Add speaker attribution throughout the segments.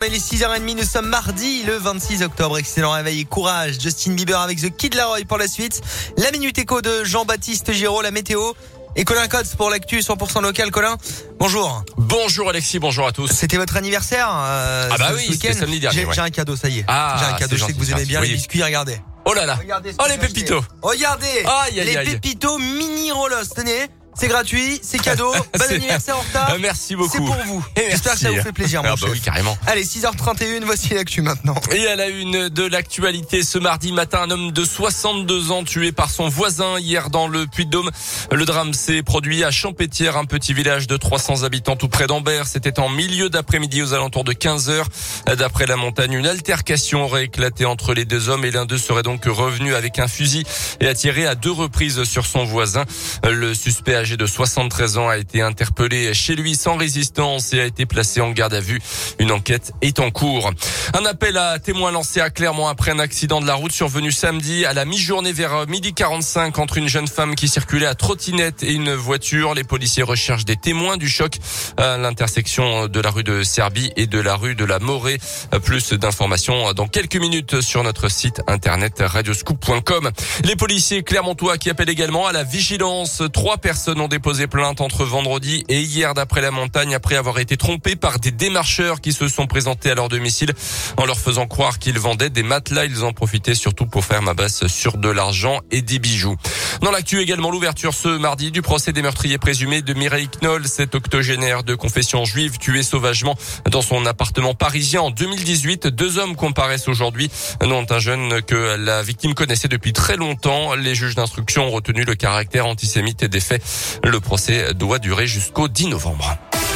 Speaker 1: il est 6h30, nous sommes mardi le 26 octobre. Excellent réveil et courage. Justin Bieber avec The Kid Laroi pour la suite. La Minute Éco de Jean-Baptiste Giraud, la météo. Et Colin Cotes pour l'actu 100% local. Colin, bonjour.
Speaker 2: Bonjour Alexis, bonjour à tous.
Speaker 1: C'était votre anniversaire
Speaker 2: oui, c'était samedi dernier.
Speaker 1: J'ai un cadeau, ça y est.
Speaker 2: Ah,
Speaker 1: j'ai un cadeau, je sais que vous aimez bien les biscuits, regardez.
Speaker 2: Oh là là.
Speaker 1: Regardez
Speaker 2: les pépitos.
Speaker 1: Regardez, les pépitos mini Rolos, tenez. C'est gratuit, c'est cadeau. Bon anniversaire en retard.
Speaker 2: Merci beaucoup.
Speaker 1: C'est pour vous. J'espère que ça vous fait plaisir, mon chef.
Speaker 2: Oui, carrément.
Speaker 1: Allez, 6h31, voici l'actu maintenant.
Speaker 2: Et à la une de l'actualité, ce mardi matin, un homme de 62 ans tué par son voisin hier dans le Puy-de-Dôme. Le drame s'est produit à Champétière, un petit village de 300 habitants tout près d'Ambert. C'était en milieu d'après-midi aux alentours de 15h. D'après la montagne, une altercation aurait éclaté entre les deux hommes et l'un d'eux serait donc revenu avec un fusil et a tiré à 2 reprises sur son voisin. Le suspect âgé de 73 ans a été interpellé chez lui sans résistance et a été placé en garde à vue. Une enquête est en cours. Un appel à témoins lancé à Clermont après un accident de la route survenu samedi à la mi-journée vers 12h45 entre une jeune femme qui circulait à trottinette et une voiture. Les policiers recherchent des témoins du choc à l'intersection de la rue de Serbie et de la rue de la Morée. Plus d'informations dans quelques minutes sur notre site internet radioscoop.com. Les policiers clermontois qui appellent également à la vigilance. 3 personnes ont déposé plainte entre vendredi et hier d'après la montagne après avoir été trompés par des démarcheurs qui se sont présentés à leur domicile en leur faisant croire qu'ils vendaient des matelas. Ils en profitaient surtout pour faire ma basse sur de l'argent et des bijoux. Dans l'actu également, l'ouverture ce mardi du procès des meurtriers présumés de Mireille Knoll, cette octogénaire de confession juive tuée sauvagement dans son appartement parisien en 2018. 2 hommes comparaissent aujourd'hui, dont un jeune que la victime connaissait depuis très longtemps. Les juges d'instruction ont retenu le caractère antisémite des faits. Le procès doit durer jusqu'au 10 novembre.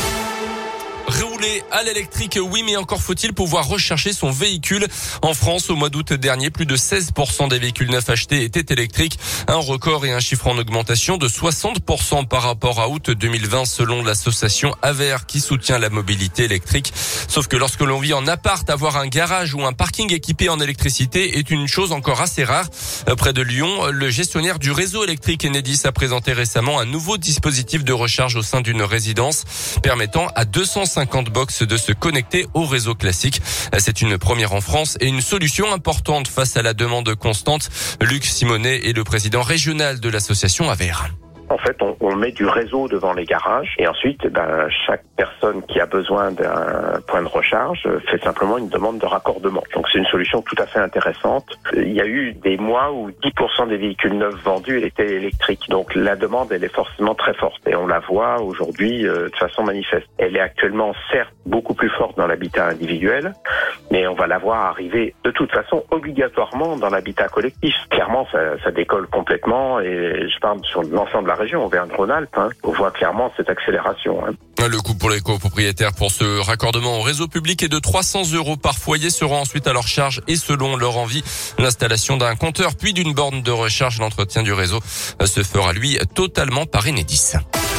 Speaker 2: Rouler à l'électrique, oui, mais encore faut-il pouvoir recharger son véhicule. En France, au mois d'août dernier, plus de 16% des véhicules neufs achetés étaient électriques. Un record et un chiffre en augmentation de 60% par rapport à août 2020 selon l'association Aver qui soutient la mobilité électrique. Sauf que lorsque l'on vit en appart, avoir un garage ou un parking équipé en électricité est une chose encore assez rare. Près de Lyon, le gestionnaire du réseau électrique Enedis a présenté récemment un nouveau dispositif de recharge au sein d'une résidence permettant à 250 box de se connecter au réseau classique. C'est une première en France et une solution importante face à la demande constante. Luc Simonet est le président régional de l'association Aver.
Speaker 3: En fait, on met du réseau devant les garages et ensuite, chaque personne qui a besoin d'un point de recharge fait simplement une demande de raccordement. Donc, c'est une solution tout à fait intéressante. Il y a eu des mois où 10% des véhicules neufs vendus étaient électriques. Donc, la demande, elle est forcément très forte et on la voit aujourd'hui de façon manifeste. Elle est actuellement, certes, beaucoup plus forte dans l'habitat individuel, mais on va la voir arriver de toute façon obligatoirement dans l'habitat collectif. Clairement, ça décolle complètement et je parle sur l'ensemble de la région, Auvergne-Rhône-Alpes, on voit clairement cette accélération.
Speaker 2: Le coût pour les copropriétaires pour ce raccordement au réseau public est de 300 € par foyer, seront ensuite à leur charge et selon leur envie. L'installation d'un compteur puis d'une borne de recharge, l'entretien du réseau se fera lui totalement par Enedis.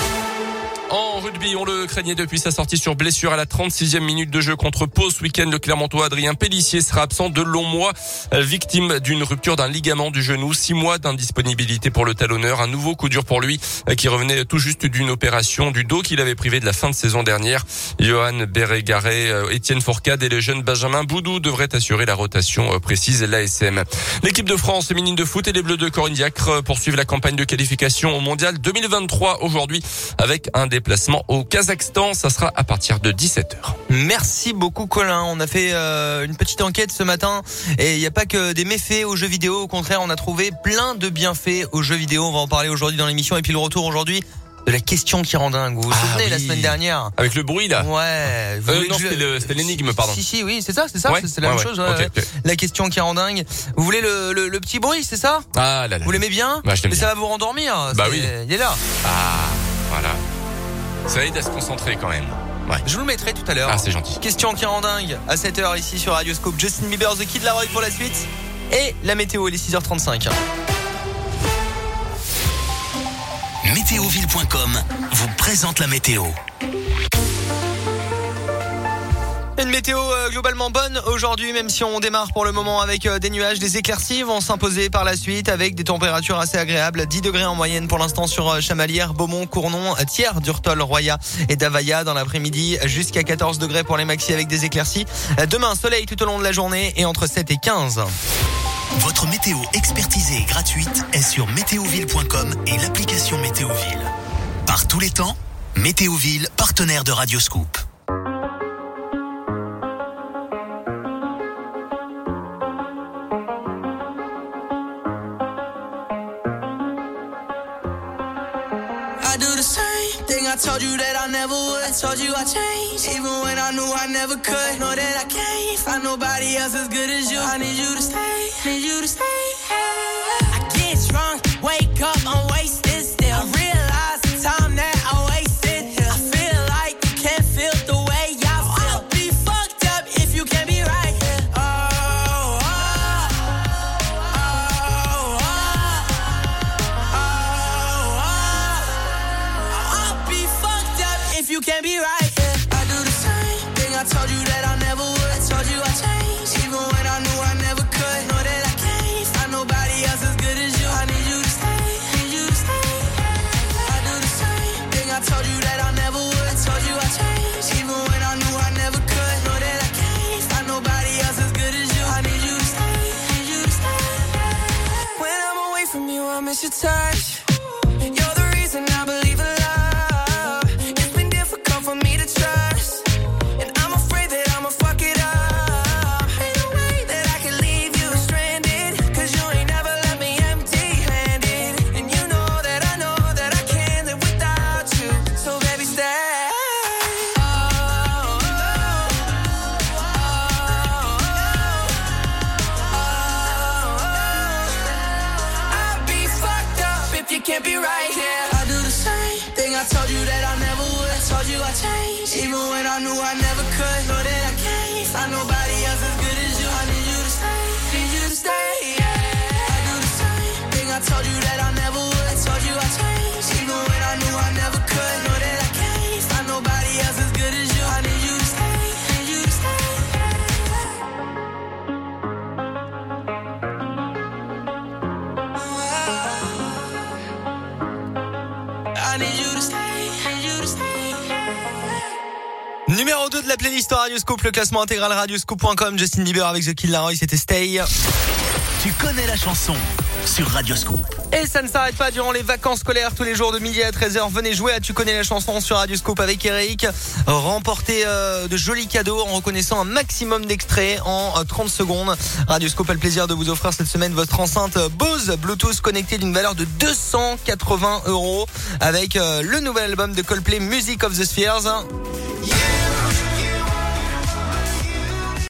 Speaker 2: En rugby, on le craignait depuis sa sortie sur blessure à la 36e minute de jeu contre Pau ce week-end. Le Clermontois Adrien Pélissier sera absent de longs mois, victime d'une rupture d'un ligament du genou. 6 mois d'indisponibilité pour le talonneur. Un nouveau coup dur pour lui qui revenait tout juste d'une opération du dos qu'il avait privé de la fin de saison dernière. Johan Bérégaré, Étienne Fourcade et le jeune Benjamin Boudou devraient assurer la rotation, précise l'ASM. L'équipe de France féminine de foot et les Bleus de Corinne Diacre poursuivent la campagne de qualification au Mondial 2023 aujourd'hui avec un déplacement au Kazakhstan. Ça sera à partir de 17h.
Speaker 1: Merci beaucoup Colin. On a fait une petite enquête ce matin et il n'y a pas que des méfaits aux jeux vidéo. Au contraire, on a trouvé plein de bienfaits aux jeux vidéo. On va en parler aujourd'hui dans l'émission. Et puis le retour aujourd'hui de la question qui rend dingue. Vous vous souvenez la semaine dernière?
Speaker 2: Avec le bruit là?
Speaker 1: Ouais.
Speaker 2: Non, c'était l'énigme, pardon.
Speaker 1: Si, oui, c'est ça. Ouais, c'est la même chose.
Speaker 2: Okay.
Speaker 1: La question qui rend dingue. Vous voulez le petit bruit, c'est ça?
Speaker 2: Ah là là.
Speaker 1: Vous l'aimez bien?
Speaker 2: Bah, je l'aime bien.
Speaker 1: Ça va vous rendormir.
Speaker 2: Bah oui.
Speaker 1: Il est là.
Speaker 2: Ah, voilà. Ça aide à se concentrer quand même. Ouais.
Speaker 1: Je vous le mettrai tout à l'heure.
Speaker 2: Ah, c'est gentil.
Speaker 1: Question qui rend dingue à 7h ici sur Radioscope. Justin Bieber, The Kid Laroi pour la suite. Et la météo, il est 6h35.
Speaker 4: Météoville.com vous présente la météo.
Speaker 1: Une météo globalement bonne aujourd'hui, même si on démarre pour le moment avec des nuages. Des éclaircies vont s'imposer par la suite avec des températures assez agréables. 10 degrés en moyenne pour l'instant sur Chamalières, Beaumont, Cournon, Thiers, Durtol, Roya et Davaya. Dans l'après-midi, jusqu'à 14 degrés pour les maxis avec des éclaircies. Demain, soleil tout au long de la journée et entre 7 et 15.
Speaker 4: Votre météo expertisée et gratuite est sur météoville.com et l'application Météoville. Par tous les temps, Météoville, partenaire de Radioscoop.
Speaker 5: I told you that I never would. I told you I changed, even when I knew I never could. Know that I can't find nobody else as good as you. I need you to stay, need you to stay. I get drunk, wake up, I'm wasted still. I realize the time that I wasted here. I feel like you can't feel the way I feel. I'll be fucked up if you can't be right here. If you can't be right, yeah. I do the same thing. I told you that I never would. I told you I changed, even when I knew I never could. Know that I can't find nobody else as good as you. I need you to stay, need you to stay. I do the same thing. I told you that I never would. I told you I changed, even when I knew I never could. Know that I can't find nobody else as good as you. I need you to stay, need you to stay. When I'm away from you, I miss your touch. You're the reason I believe in love. For me to trust, and I'm afraid that I'ma fuck it up. Ain't no way that I can leave you stranded, cause you ain't never left me empty-handed. And you know that I can't live without you. So baby, stay. I'll be fucked up if you can't be right here. I do the same thing. I told you that I never would. Told you I changed, even when I knew I never could. Know that I can't find nobody else as good as you. I need you to stay, need you to stay. Yeah. I do the same thing. I told you that I never would. I told you I changed, even when I knew I never could. Know that I can't find nobody else as good as you. I need you to stay, need you to stay. I need you to stay, need you to stay.
Speaker 1: Numéro 2 de la playlist Radioscoop, le classement intégral radioscoop.com. Justin Bieber avec The Kid Laroi, c'était Stay.
Speaker 4: Tu connais la chanson sur Radioscoop.
Speaker 1: Et ça ne s'arrête pas durant les vacances scolaires, tous les jours de midi à 13h. Venez jouer à Tu connais la chanson sur Radioscoop avec Eric. Remportez de jolis cadeaux en reconnaissant un maximum d'extraits en 30 secondes. Radioscoop a le plaisir de vous offrir cette semaine votre enceinte Bose Bluetooth connectée d'une valeur de 280 € avec le nouvel album de Coldplay, Music of the Spheres.